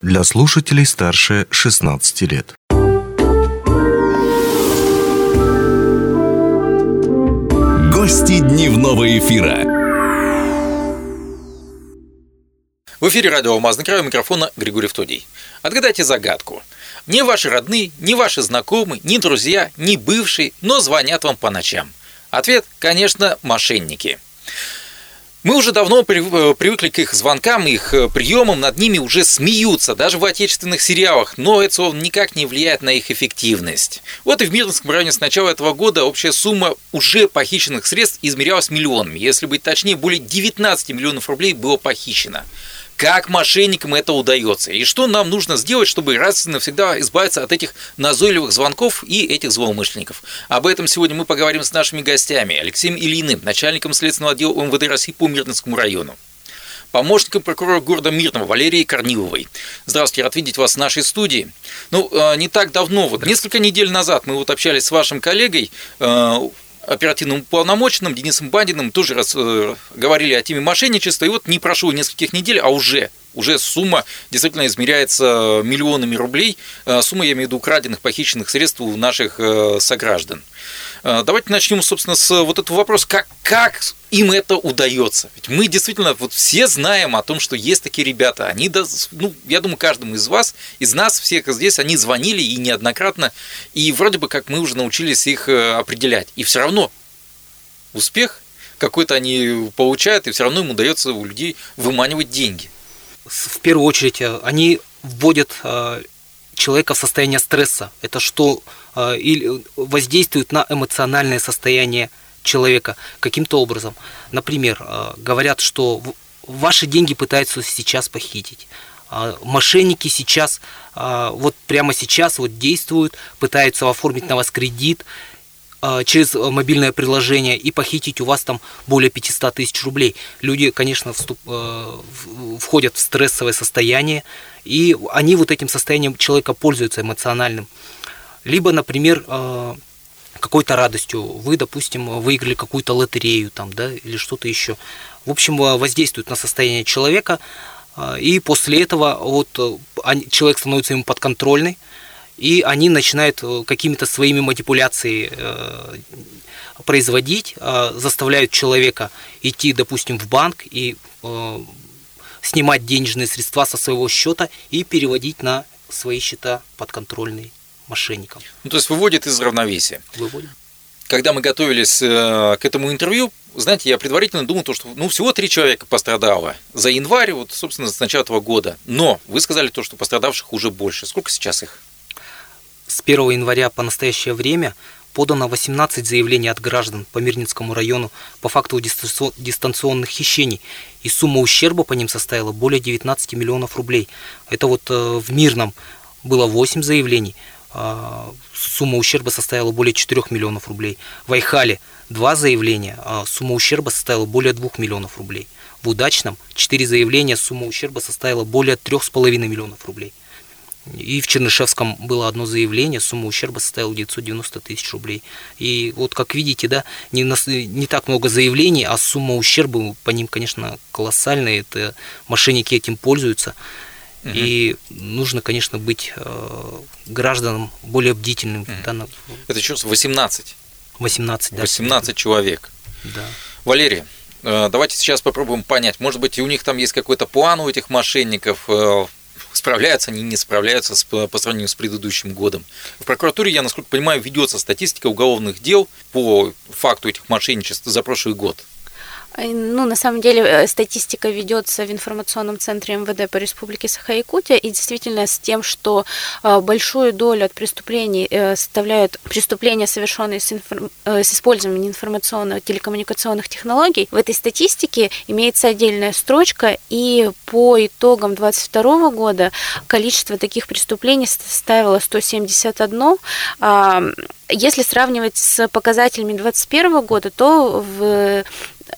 Для слушателей старше 16 лет. Гости дневного эфира. В эфире радио «Алмазный край», у микрофона Григорий Втодий. Отгадайте загадку. Ни ваши родные, ни ваши знакомые, ни друзья, ни бывшие, но звонят вам по ночам. Ответ, конечно, мошенники. Мы уже давно привыкли к их звонкам, их приемам, над ними уже смеются, даже в отечественных сериалах, но это никак не влияет на их эффективность. Вот и в Мирнинском районе с начала этого года общая сумма уже похищенных средств измерялась миллионами. Если быть точнее, более 19 миллионов рублей было похищено. Как мошенникам это удается? И что нам нужно сделать, чтобы раз и навсегда избавиться от этих назойливых звонков и этих злоумышленников? Об этом сегодня мы поговорим с нашими гостями. Алексеем Ильиным, начальником следственного отдела МВД России по Мирнинскому району. Помощником прокурора города Мирного Валерией Корниловой. Здравствуйте, рад видеть вас в нашей студии. Не так давно, несколько недель назад мы общались с вашим коллегой, оперативным уполномоченным Денисом Бандиным, тоже говорили о теме мошенничества, и не прошло нескольких недель, а уже сумма действительно измеряется миллионами рублей, сумма, я имею в виду, украденных, похищенных средств у наших сограждан. Давайте начнем, собственно, с этого вопроса, как им это удается. Ведь мы действительно все знаем о том, что есть такие ребята. Они, я думаю, каждому из нас всех здесь, они звонили и неоднократно, и вроде бы как мы уже научились их определять. И все равно успех какой-то они получают, и все равно им удается у людей выманивать деньги. В первую очередь, они вводят человека в состояние стресса. Это что или воздействует на эмоциональное состояние человека каким-то образом. Например, говорят, что ваши деньги пытаются сейчас похитить. Мошенники сейчас, прямо сейчас действуют, пытаются оформить на вас кредит через мобильное приложение и похитить у вас там более 500 тысяч рублей. Люди, конечно, входят в стрессовое состояние, и они этим состоянием человека пользуются эмоциональным. Либо, например, какой-то радостью. Вы, допустим, выиграли какую-то лотерею или что-то еще. В общем, воздействует на состояние человека, и после этого человек становится ему подконтрольный, и они начинают какими-то своими манипуляциями производить, заставляют человека идти, допустим, в банк и снимать денежные средства со своего счета и переводить на свои счета подконтрольные мошенникам. То есть выводит из равновесия. Выводит. Когда мы готовились к этому интервью, знаете, я предварительно думал, что всего 3 человека пострадало за январь, собственно, с начала этого года. Но вы сказали что пострадавших уже больше. Сколько сейчас их? С 1 января по настоящее время подано 18 заявлений от граждан по Мирнинскому району по факту дистанционных хищений, и сумма ущерба по ним составила более 19 миллионов рублей. Это в Мирном было 8 заявлений, сумма ущерба составила более 4 миллионов рублей. В Айхале 2 заявления, сумма ущерба составила более 2 миллионов рублей. В Удачном 4 заявления, сумма ущерба составила более 3,5 миллионов рублей. И в Чернышевском было 1 заявление, сумма ущерба составила 990 тысяч рублей. И как видите, не так много заявлений, а сумма ущерба по ним, конечно, колоссальная. Это мошенники этим пользуются. И нужно, конечно, быть гражданам более бдительным. Это что, 18? 18, да. 18 человек. Да. Валерий, давайте сейчас попробуем понять. Может быть, у них там есть какой-то план у этих мошенников, справляются они, не справляются по сравнению с предыдущим годом. В прокуратуре, я, насколько понимаю, ведется статистика уголовных дел по факту этих мошенничеств за прошлый год. На самом деле статистика ведется в информационном центре МВД по Республике Саха-Якутия, и действительно с тем, что большую долю от преступлений составляют преступления, совершенные с использованием информационно-телекоммуникационных технологий. В этой статистике имеется отдельная строчка, и по итогам 2022 года количество таких преступлений составило 171. Если сравнивать с показателями 2021 года, то в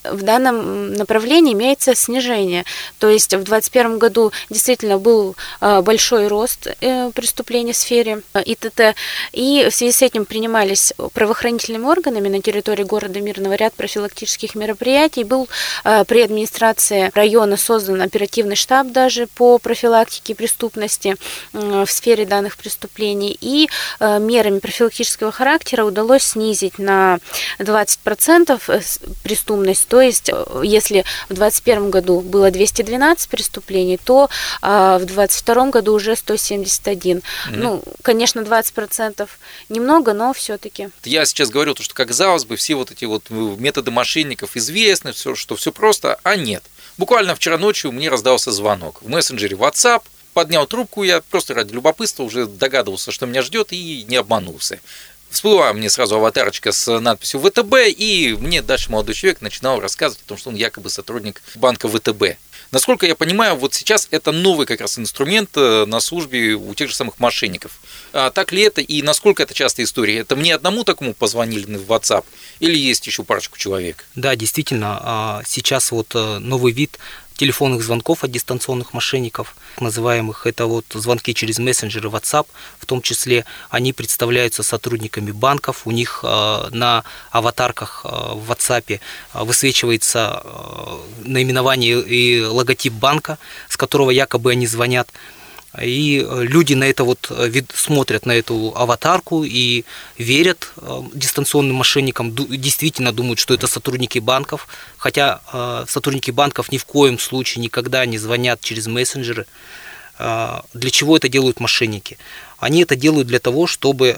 в данном направлении имеется снижение. То есть в 2021 году действительно был большой рост преступлений в сфере ИТТ, и в связи с этим принимались правоохранительными органами на территории города Мирного ряд профилактических мероприятий. Был при администрации района создан оперативный штаб даже по профилактике преступности в сфере данных преступлений, и мерами профилактического характера удалось снизить на 20% преступность. То есть, если в 2021 году было 212 преступлений, то в 2022 году уже 171. Ну, конечно, 20% немного, но все-таки. Я сейчас говорю, что, казалось бы, все вот эти вот методы мошенников известны, что все просто, а нет. Буквально вчера ночью мне раздался звонок в мессенджере WhatsApp. Поднял трубку, я просто ради любопытства уже догадывался, что меня ждет, и не обманулся. Всплыла мне сразу аватарочка с надписью ВТБ, и мне дальше молодой человек начинал рассказывать о том, что он якобы сотрудник банка ВТБ. Насколько я понимаю, вот сейчас это новый как раз инструмент на службе у тех же самых мошенников. А так ли это, и насколько это частая история? Это мне одному такому позвонили в WhatsApp, или есть еще парочку человек? Да, действительно, сейчас вот новый вид телефонных звонков от дистанционных мошенников, называемых, это вот звонки через мессенджеры WhatsApp, в том числе они представляются сотрудниками банков, у них на аватарках в WhatsApp высвечивается наименование и логотип банка, с которого якобы они звонят. И люди на это вот смотрят на эту аватарку и верят дистанционным мошенникам, действительно думают, что это сотрудники банков, хотя сотрудники банков ни в коем случае никогда не звонят через мессенджеры. Для чего это делают мошенники? Они это делают для того, чтобы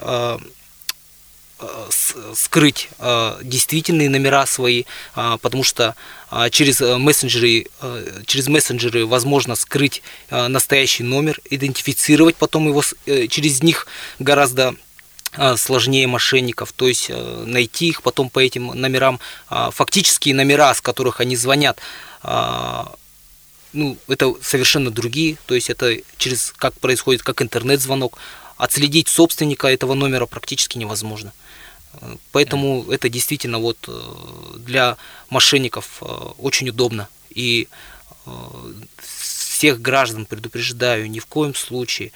скрыть действительные номера свои, потому что через мессенджеры возможно скрыть настоящий номер, идентифицировать потом его через них гораздо сложнее мошенников, то есть найти их потом по этим номерам, фактические номера, с которых они звонят, ну, это совершенно другие, то есть это как происходит, как интернет-звонок. Отследить собственника этого номера практически невозможно. Поэтому это действительно вот для мошенников очень удобно. И всех граждан предупреждаю, ни в коем случае,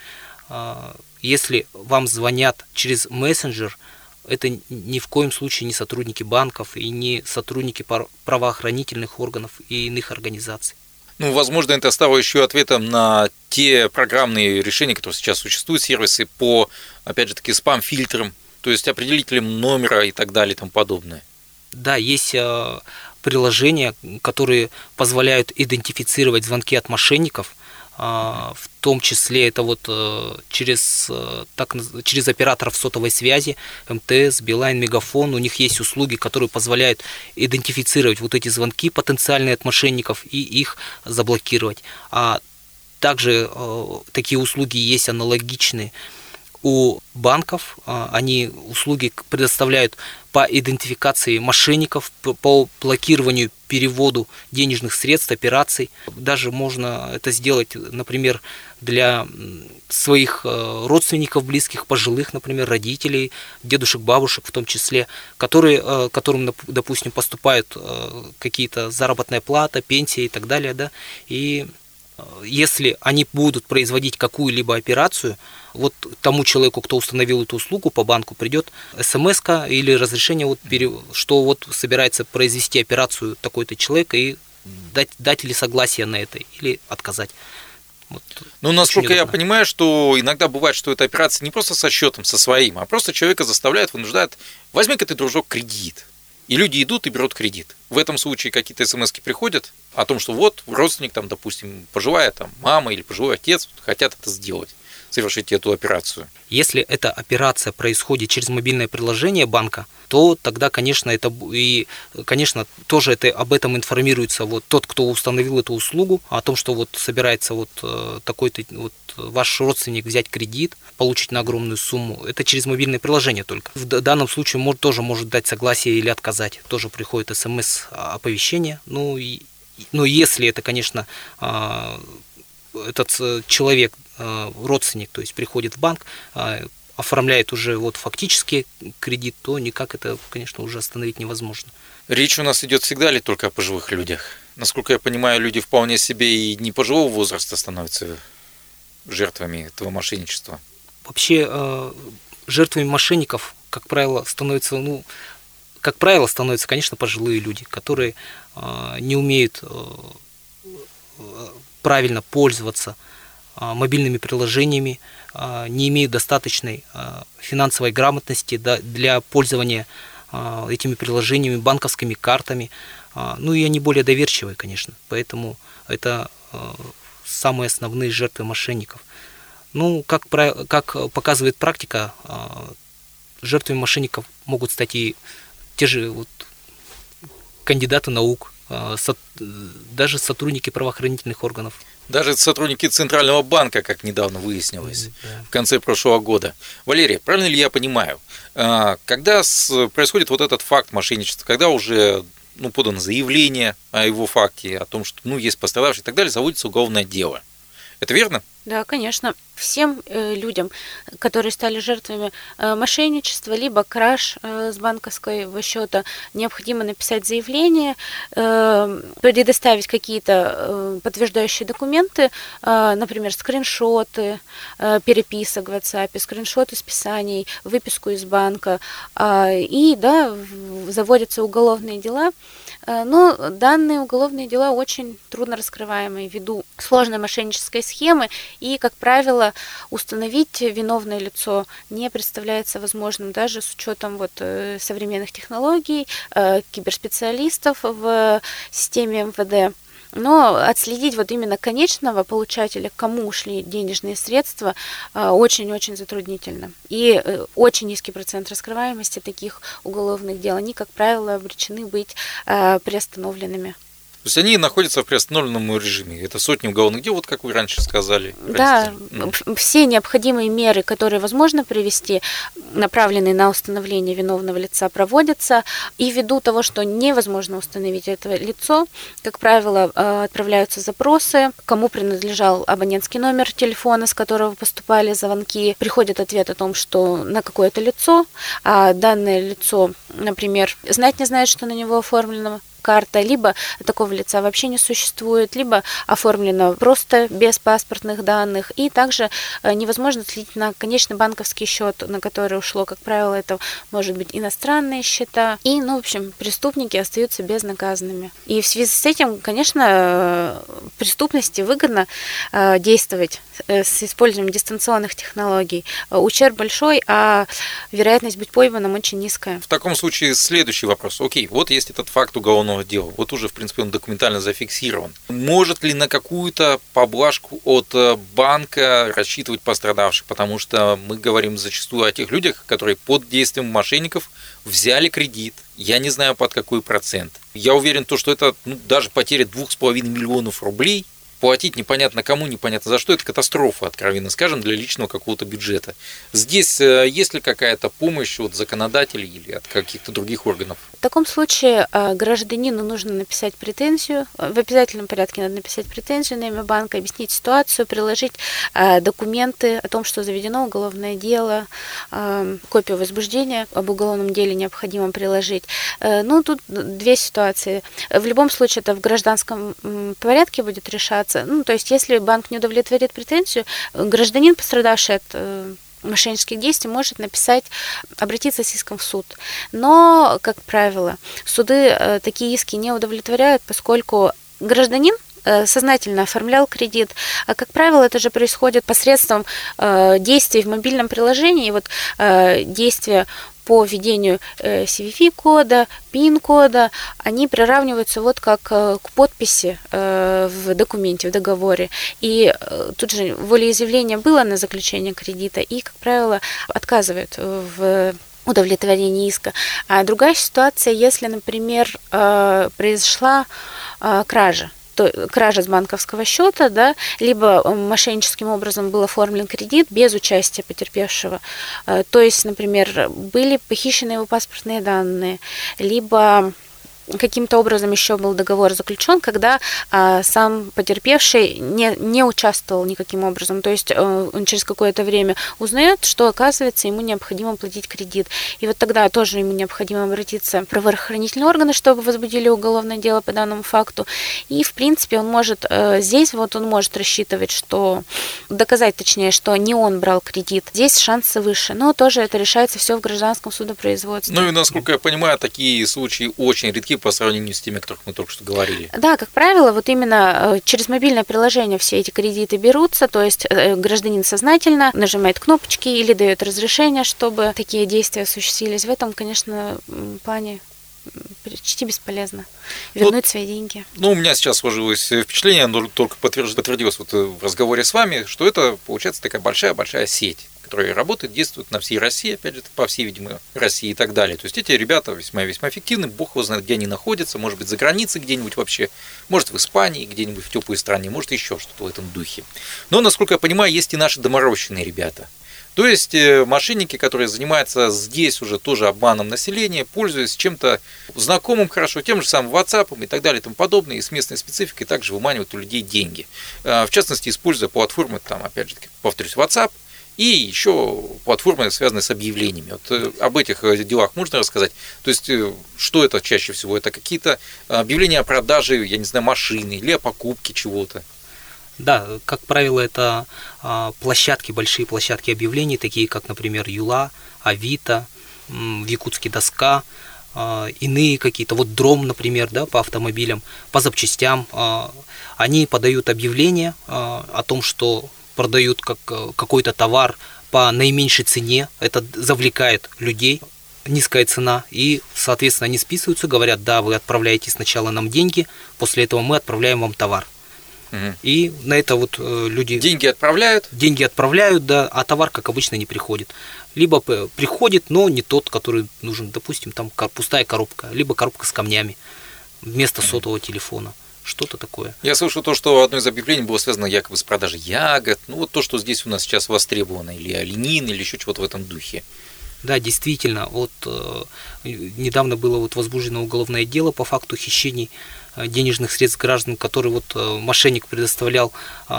если вам звонят через мессенджер, это ни в коем случае не сотрудники банков и не сотрудники правоохранительных органов и иных организаций. Ну, возможно, это стало еще ответом на те программные решения, которые сейчас существуют, сервисы по, опять же таки, спам-фильтрам, то есть определителям номера и так далее и тому подобное. Да, есть приложения, которые позволяют идентифицировать звонки от мошенников, в том числе это вот через операторов сотовой связи, МТС, Билайн, Мегафон. У них есть услуги, которые позволяют идентифицировать вот эти звонки потенциальные от мошенников и их заблокировать. А также такие услуги есть аналогичные у банков. Они услуги предоставляют по идентификации мошенников, по блокированию, переводу денежных средств, операций. Даже можно это сделать, например, для своих родственников, близких, пожилых, например, родителей, дедушек, бабушек в том числе, которым, допустим, поступают какие-то заработная плата, пенсия и так далее, да, и если они будут производить какую-либо операцию, вот тому человеку, кто установил эту услугу по банку, придет смс-ка или разрешение, что вот собирается произвести операцию такой-то человек, и дать ли согласие на это или отказать. Вот. Ну, насколько я понимаю, что иногда бывает, что эта операция не просто со счетом, со своим, а просто человека заставляют, вынуждают: возьми-ка ты, дружок, кредит. И люди идут и берут кредит. В этом случае какие-то смс-ки приходят о том, что вот родственник, там, допустим, пожилая там, мама или пожилой отец хотят это сделать, совершить эту операцию. Если эта операция происходит через мобильное приложение банка, то тогда, конечно, тоже об этом информируется вот тот, кто установил эту услугу, о том, что вот собирается вот такой-то вот ваш родственник взять кредит, получить на огромную сумму. Это через мобильное приложение только. В данном случае тоже может дать согласие или отказать. Тоже приходит смс-оповещение. Но если это, конечно, этот человек, родственник, то есть приходит в банк, оформляет уже вот фактически кредит, то никак это, конечно, уже остановить невозможно. Речь у нас идет всегда ли только о пожилых людях? Насколько я понимаю, люди вполне себе и не пожилого возраста становятся жертвами этого мошенничества. Вообще, жертвами мошенников, как правило, становятся, конечно, пожилые люди, которые не умеют правильно пользоваться мобильными приложениями, не имеют достаточной финансовой грамотности для пользования этими приложениями, банковскими картами. И они более доверчивые, конечно. Поэтому это самые основные жертвы мошенников. Как показывает практика, жертвами мошенников могут стать и те же кандидаты наук, даже сотрудники правоохранительных органов. Даже сотрудники Центрального банка, как недавно выяснилось, в конце прошлого года. Валерий, правильно ли я понимаю, когда происходит вот этот факт мошенничества, когда уже подано заявление о его факте, о том, что есть пострадавший и так далее, заводится уголовное дело. Это верно? Да, конечно. Всем людям, которые стали жертвами мошенничества, либо краж с банковского счета, необходимо написать заявление, предоставить какие-то подтверждающие документы, например, скриншоты переписок в WhatsApp, скриншоты списаний, выписку из банка, и заводятся уголовные дела. Но данные уголовные дела очень трудно раскрываемые ввиду сложной мошеннической схемы, и, как правило, установить виновное лицо не представляется возможным даже с учетом современных технологий, киберспециалистов в системе МВД. Но отследить именно конечного получателя, к кому ушли денежные средства, очень-очень затруднительно. И очень низкий процент раскрываемости таких уголовных дел. Они, как правило, обречены быть приостановленными. То есть они находятся в приостановленном режиме. Это сотни уголовных дел, как вы раньше сказали. Да, все необходимые меры, которые возможно провести, направленные на установление виновного лица, проводятся. И ввиду того, что невозможно установить это лицо, как правило, отправляются запросы, кому принадлежал абонентский номер телефона, с которого поступали звонки. Приходит ответ о том, что на какое-то лицо, а данное лицо, например, знать не знает, что на него оформлено карта, либо такого лица вообще не существует, либо оформлено просто без паспортных данных, и также невозможно следить на конечный банковский счет, на который ушло, как правило, это может быть иностранные счета, и, в общем, преступники остаются безнаказанными. И в связи с этим, конечно, преступности выгодно действовать с использованием дистанционных технологий. Ущерб большой, а вероятность быть пойманным очень низкая. В таком случае следующий вопрос. Окей, есть этот факт уголовного дела. Уже, в принципе, он документально зафиксирован. Может ли на какую-то поблажку от банка рассчитывать пострадавший? Потому что мы говорим зачастую о тех людях, которые под действием мошенников взяли кредит. Я не знаю, под какой процент. Я уверен, что это даже потеря 2,5 миллионов рублей. Платить непонятно кому, непонятно за что, это катастрофа, откровенно скажем, для личного какого-то бюджета. Здесь есть ли какая-то помощь от законодателей или от каких-то других органов? В таком случае гражданину нужно написать претензию, в обязательном порядке надо написать претензию на имя банка, объяснить ситуацию, приложить документы о том, что заведено уголовное дело, копию возбуждения об уголовном деле необходимо приложить. Тут две ситуации. В любом случае это в гражданском порядке будет решаться. То есть, если банк не удовлетворит претензию, гражданин, пострадавший от мошеннических действий, может обратиться с иском в суд. Но, как правило, суды такие иски не удовлетворяют, поскольку гражданин сознательно оформлял кредит. А, как правило, это же происходит посредством действий в мобильном приложении. Действия по введению CVV-кода, PIN-кода, они приравниваются как к подписи в документе, в договоре. И тут же волеизъявление было на заключение кредита, и, как правило, отказывают в удовлетворении иска. А другая ситуация, если, например, произошла кража с банковского счета, либо мошенническим образом был оформлен кредит без участия потерпевшего. То есть, например, были похищены его паспортные данные, либо каким-то образом еще был договор заключен, когда сам потерпевший не участвовал никаким образом. То есть он через какое-то время узнает, что, оказывается, ему необходимо платить кредит. И вот тогда тоже ему необходимо обратиться в правоохранительные органы, чтобы возбудили уголовное дело по данному факту. И, в принципе, он может здесь он может рассчитывать, доказать, точнее, что не он брал кредит. Здесь шансы выше. Но тоже это решается все в гражданском судопроизводстве. Ну и, насколько я понимаю, такие случаи очень редки по сравнению с теми, о которых мы только что говорили. Да, как правило, вот именно через мобильное приложение все эти кредиты берутся, то есть гражданин сознательно нажимает кнопочки или дает разрешение, чтобы такие действия осуществились. В этом, конечно, плане почти бесполезно вернуть свои деньги. У меня сейчас сложилось впечатление, оно только подтвердилось в разговоре с вами, что это, получается, такая большая-большая сеть, которая работает, действует на всей России, опять же, по всей, видимо, России и так далее. То есть эти ребята весьма-весьма эффективны, бог его знает, где они находятся, может быть, за границей где-нибудь вообще, может, в Испании, где-нибудь в теплой стране, может, еще что-то в этом духе. Но, насколько я понимаю, есть и наши доморощенные ребята. То есть мошенники, которые занимаются здесь уже тоже обманом населения, пользуясь чем-то знакомым хорошо, тем же самым WhatsApp и так далее и тому подобное, и с местной спецификой также выманивают у людей деньги. В частности, используя платформы, опять же, повторюсь, WhatsApp, и еще платформы, связанные с объявлениями. Вот об этих делах можно рассказать? То есть, что это чаще всего? Это какие-то объявления о продаже, я не знаю, машины или о покупке чего-то? Да, как правило, это площадки, большие площадки объявлений, такие как, например, Юла, Авито, в Якутске Доска, иные какие-то, вот Дром, например, да, по автомобилям, по запчастям. Они подают объявления о том, что продают какой-то товар по наименьшей цене, это завлекает людей, низкая цена, и, соответственно, они списываются, говорят, да, вы отправляете сначала нам деньги, после этого мы отправляем вам товар. И на это люди... Деньги отправляют, да, а товар, как обычно, не приходит. Либо приходит, но не тот, который нужен. Допустим, там пустая коробка, либо коробка с камнями вместо сотового телефона. Что-то такое. Я слышал то, что одно из объявлений было связано якобы с продажей ягод. То, что здесь у нас сейчас востребовано, или оленин, или еще чего-то в этом духе. Да, действительно, недавно было возбуждено уголовное дело по факту хищений денежных средств граждан, который мошенник предоставлял,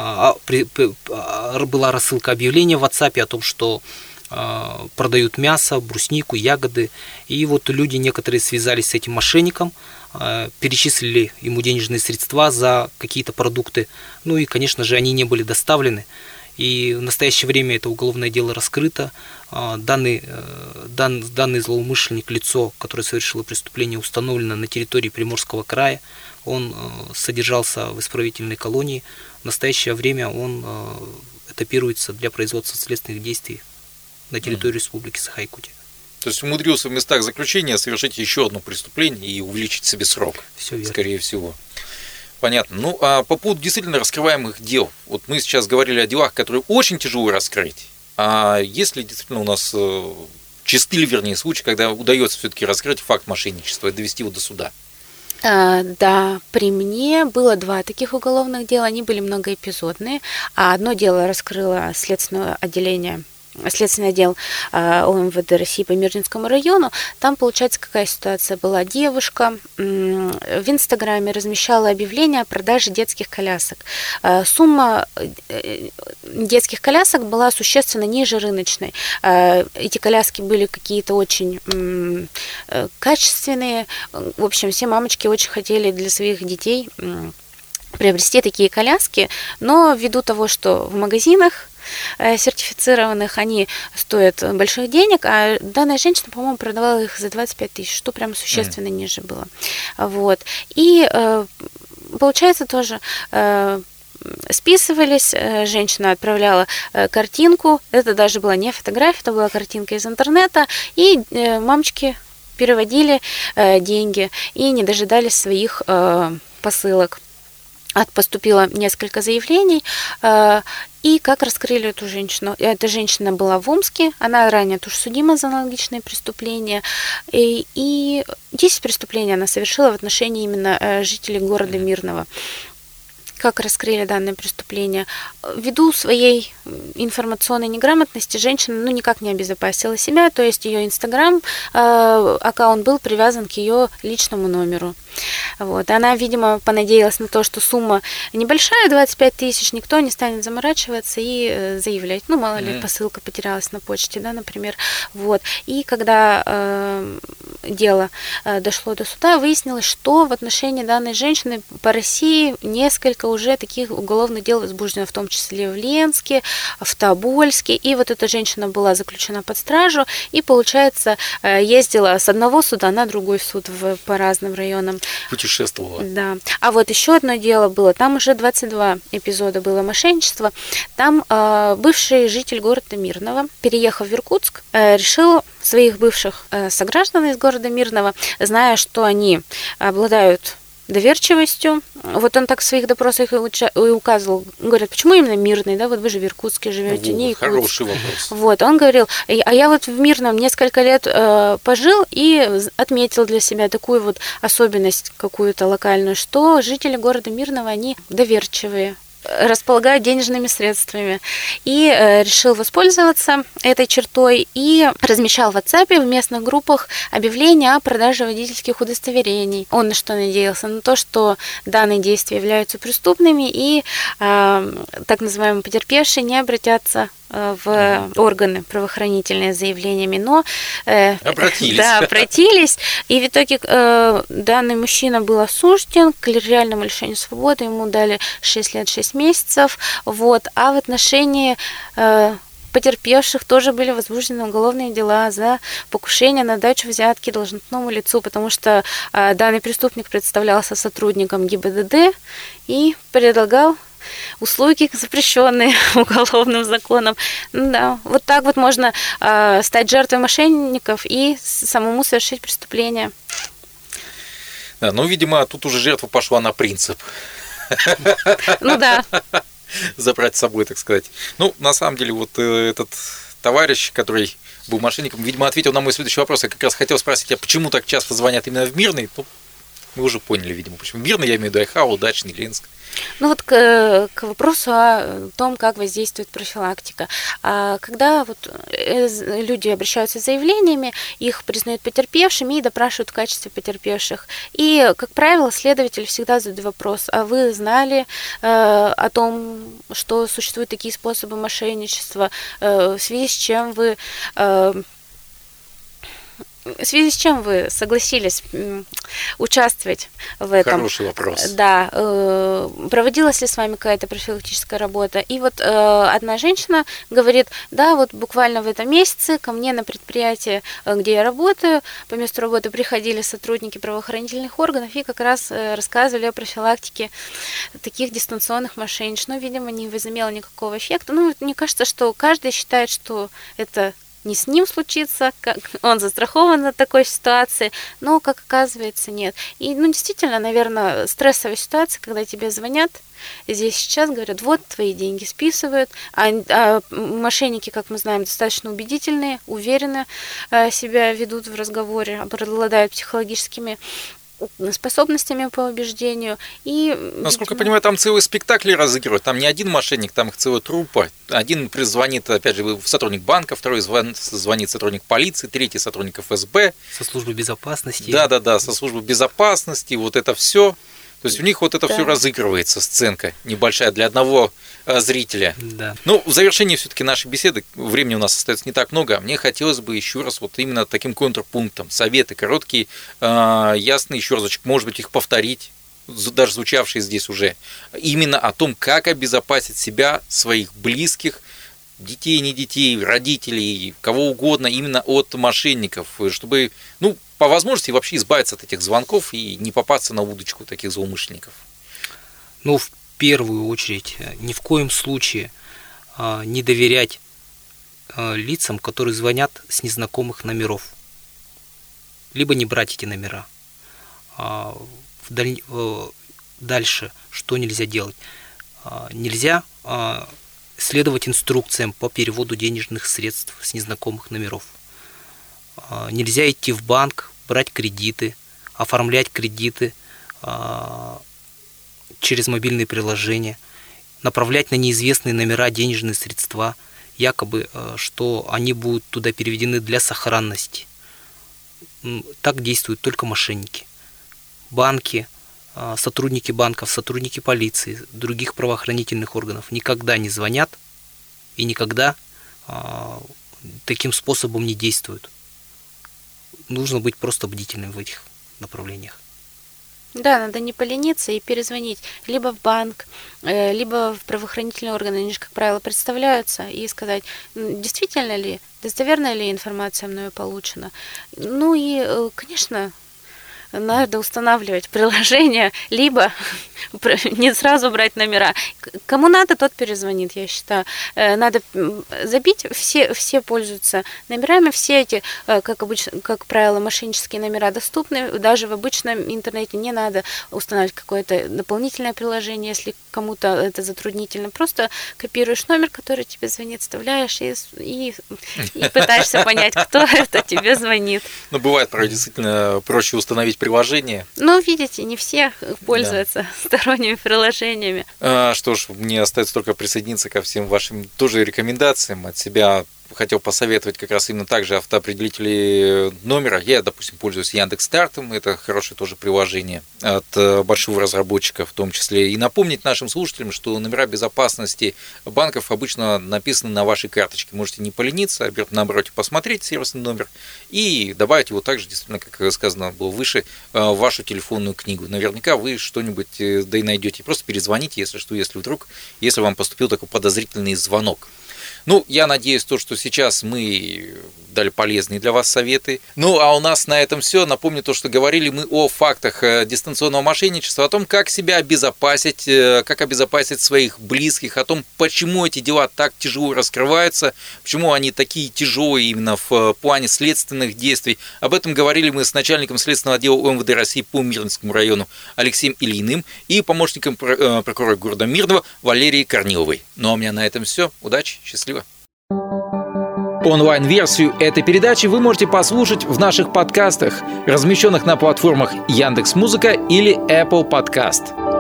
была рассылка объявления в WhatsApp о том, что продают мясо, бруснику, ягоды, и люди некоторые связались с этим мошенником, перечислили ему денежные средства за какие-то продукты, и, конечно же, они не были доставлены. И в настоящее время это уголовное дело раскрыто. Данный злоумышленник, лицо, которое совершило преступление, установлено на территории Приморского края. Он содержался в исправительной колонии. В настоящее время он этапируется для производства следственных действий на территории Республики Саха-Якутия. То есть умудрился в местах заключения совершить еще одно преступление и увеличить себе срок. Все верно. Скорее всего. Понятно. А по поводу действительно раскрываемых дел. Мы сейчас говорили о делах, которые очень тяжело раскрыть. А если действительно у нас чисты ли, вернее, случаи, когда удается все-таки раскрыть факт мошенничества и довести его до суда? Да, при мне было 2 таких уголовных дела. Они были многоэпизодные. Одно дело раскрыло следственное отдел ОМВД России по Мирнинскому району. Там, получается, какая ситуация была? Девушка в Инстаграме размещала объявление о продаже детских колясок. Сумма детских колясок была существенно ниже рыночной. Эти коляски были какие-то очень качественные. В общем, все мамочки очень хотели для своих детей приобрести такие коляски, но ввиду того, что в магазинах сертифицированных они стоят больших денег, а данная женщина, по-моему, продавала их за 25 тысяч, что прям существенно ниже было. И получается тоже списывались, женщина отправляла картинку, это даже была не фотография, это была картинка из интернета, и мамочки переводили деньги и не дожидались своих посылок. Поступило несколько заявлений, и как раскрыли эту женщину. Эта женщина была в Омске, она ранее тоже судима за аналогичные преступления, и 10 преступлений она совершила в отношении именно жителей города Мирного. Как раскрыли данное преступление? Ввиду своей информационной неграмотности женщина никак не обезопасила себя, то есть ее Инстаграм аккаунт был привязан к ее личному номеру. Вот. Она, видимо, понадеялась на то, что сумма небольшая, 25 тысяч, никто не станет заморачиваться и заявлять. Ну, мало ли, посылка потерялась на почте, да, например. Вот. И когда дело дошло до суда, выяснилось, что в отношении данной женщины по России несколько уже таких уголовных дел возбуждено, в том числе в Ленске, в Тобольске. И вот эта женщина была заключена под стражу и, получается, ездила с одного суда на другой суд по разным районам. Путешествовала. Да. А вот еще одно дело было. Там уже 22 эпизода было мошенничества. Там бывший житель города Мирного, переехав в Иркутск, решил своих бывших сограждан из города Мирного, зная, что они обладают доверчивостью. Вот он так в своих допросах и указывал, говорят, почему именно Мирный, да, вот вы же в Иркутске живете, не Иркутск. Хороший вопрос. Вот, он говорил, а я вот в Мирном несколько лет пожил и отметил для себя такую вот особенность какую-то локальную, что жители города Мирного, они доверчивые, располагают денежными средствами, и решил воспользоваться этой чертой и размещал в WhatsApp в местных группах объявления о продаже водительских удостоверений. Он на что надеялся? На то, что данные действия являются преступными, и так называемые потерпевшие не обратятся в органы правоохранительные с заявлениями, но обратились. Да, обратились, и в итоге данный мужчина был осужден к реальному лишению свободы, ему дали 6 лет 6 месяцев, вот, а в отношении потерпевших тоже были возбуждены уголовные дела за покушение на дачу взятки должностному лицу, потому что данный преступник представлялся сотрудником ГИБДД и предлагал услуги, запрещенные уголовным законом. Ну, да, вот так вот можно стать жертвой мошенников и самому совершить преступление. Да, ну, видимо, тут уже жертва пошла на принцип. Ну да. Забрать с собой, так сказать. Ну, на самом деле, вот этот товарищ, который был мошенником, видимо, ответил на мой следующий вопрос. Я как раз хотел спросить, а почему так часто звонят именно в Мирный? Ну, мы уже поняли, видимо, почему. Мирный, я имею в виду Айхау, Дачный, Ленск. Ну вот к вопросу о том, как воздействует профилактика. Когда вот люди обращаются с заявлениями, их признают потерпевшими и допрашивают в качестве потерпевших. И, как правило, следователь всегда задает вопрос, а вы знали о том, что существуют такие способы мошенничества, в связи с чем вы согласились участвовать в этом? Хороший вопрос. Да. Проводилась ли с вами какая-то профилактическая работа? И вот одна женщина говорит, да, вот буквально в этом месяце ко мне на предприятие, где я работаю, по месту работы приходили сотрудники правоохранительных органов и как раз рассказывали о профилактике таких дистанционных мошенничеств. Но, видимо, не возымело никакого эффекта. Ну, мне кажется, что каждый считает, что это не с ним случится, как он застрахован от такой ситуации, но, как оказывается, нет. И, ну, действительно, наверное, стрессовая ситуация, когда тебе звонят, здесь сейчас говорят, вот, твои деньги списывают, а мошенники, как мы знаем, достаточно убедительные, уверенно себя ведут в разговоре, обладают психологическими способностями по убеждению. И, насколько я понимаю, там целый спектакль разыгрывают. Там не один мошенник, там их целая труппа. Один звонит, опять же, сотрудник банка, второй звонит сотрудник полиции, третий сотрудник ФСБ. Со службы безопасности. Да, со службы безопасности. Вот это все. То есть у них вот это все разыгрывается, сценка небольшая для одного зрителя. Да. Ну, в завершении все-таки нашей беседы, времени у нас остается не так много, мне хотелось бы еще раз вот именно таким контрпунктом, советы короткие, ясные, еще разочек, может быть, их повторить, даже звучавшие здесь уже, именно о том, как обезопасить себя, своих близких, детей, не детей, родителей, кого угодно, именно от мошенников, чтобы, ну, по возможности вообще избавиться от этих звонков и не попасться на удочку таких злоумышленников. Ну, в первую очередь, ни в коем случае не доверять лицам, которые звонят с незнакомых номеров. Либо не брать эти номера. Дальше, что нельзя делать? Нельзя следовать инструкциям по переводу денежных средств с незнакомых номеров. Нельзя идти в банк, брать кредиты, оформлять кредиты через мобильные приложения, направлять на неизвестные номера денежные средства, якобы, что они будут туда переведены для сохранности. Так действуют только мошенники. банки, сотрудники банков, сотрудники полиции, других правоохранительных органов никогда не звонят и никогда таким способом не действуют. Нужно быть просто бдительным в этих направлениях. Да, надо не полениться и перезвонить либо в банк, либо в правоохранительные органы, они же, как правило, представляются, и сказать, действительно ли, достоверная ли информация мною получена. Ну и, конечно, надо устанавливать приложение, либо не сразу брать номера. Кому надо, тот перезвонит, я считаю. Надо забить, все пользуются номерами, все эти, как правило, мошеннические номера доступны. Даже в обычном интернете не надо устанавливать какое-то дополнительное приложение, если кому-то это затруднительно. Просто копируешь номер, который тебе звонит, вставляешь и пытаешься понять, кто это тебе звонит. Ну, бывает, правда, действительно проще установить приложение. Ну, видите, не все пользуются сторонними приложениями. Что ж, мне остается только присоединиться ко всем вашим тоже рекомендациям. От себя хотел посоветовать как раз именно так же автоопределители номера. Я, допустим, пользуюсь Яндекс.Стартом, это хорошее тоже приложение от большого разработчика в том числе. И напомнить нашим слушателям, что номера безопасности банков обычно написаны на вашей карточке. Можете не полениться, наоборот, посмотреть сервисный номер и добавить его также, действительно, как сказано было выше, в вашу телефонную книгу. Наверняка вы что-нибудь да и найдете. Просто перезвоните, если что, если вам поступил такой подозрительный звонок. Ну, я надеюсь, что сейчас мы дали полезные для вас советы. Ну, а у нас на этом все. Напомню то, что говорили мы о фактах дистанционного мошенничества, о том, как себя обезопасить, как обезопасить своих близких, о том, почему эти дела так тяжело раскрываются, почему они такие тяжелые именно в плане следственных действий. Об этом говорили мы с начальником следственного отдела МВД России по Мирнинскому району Алексеем Ильиным и помощником прокурора города Мирного Валерией Корниловой. Ну, а у меня на этом все. Удачи, счастливо. Онлайн-версию этой передачи вы можете послушать в наших подкастах, размещенных на платформах Яндекс.Музыка или Apple Podcast.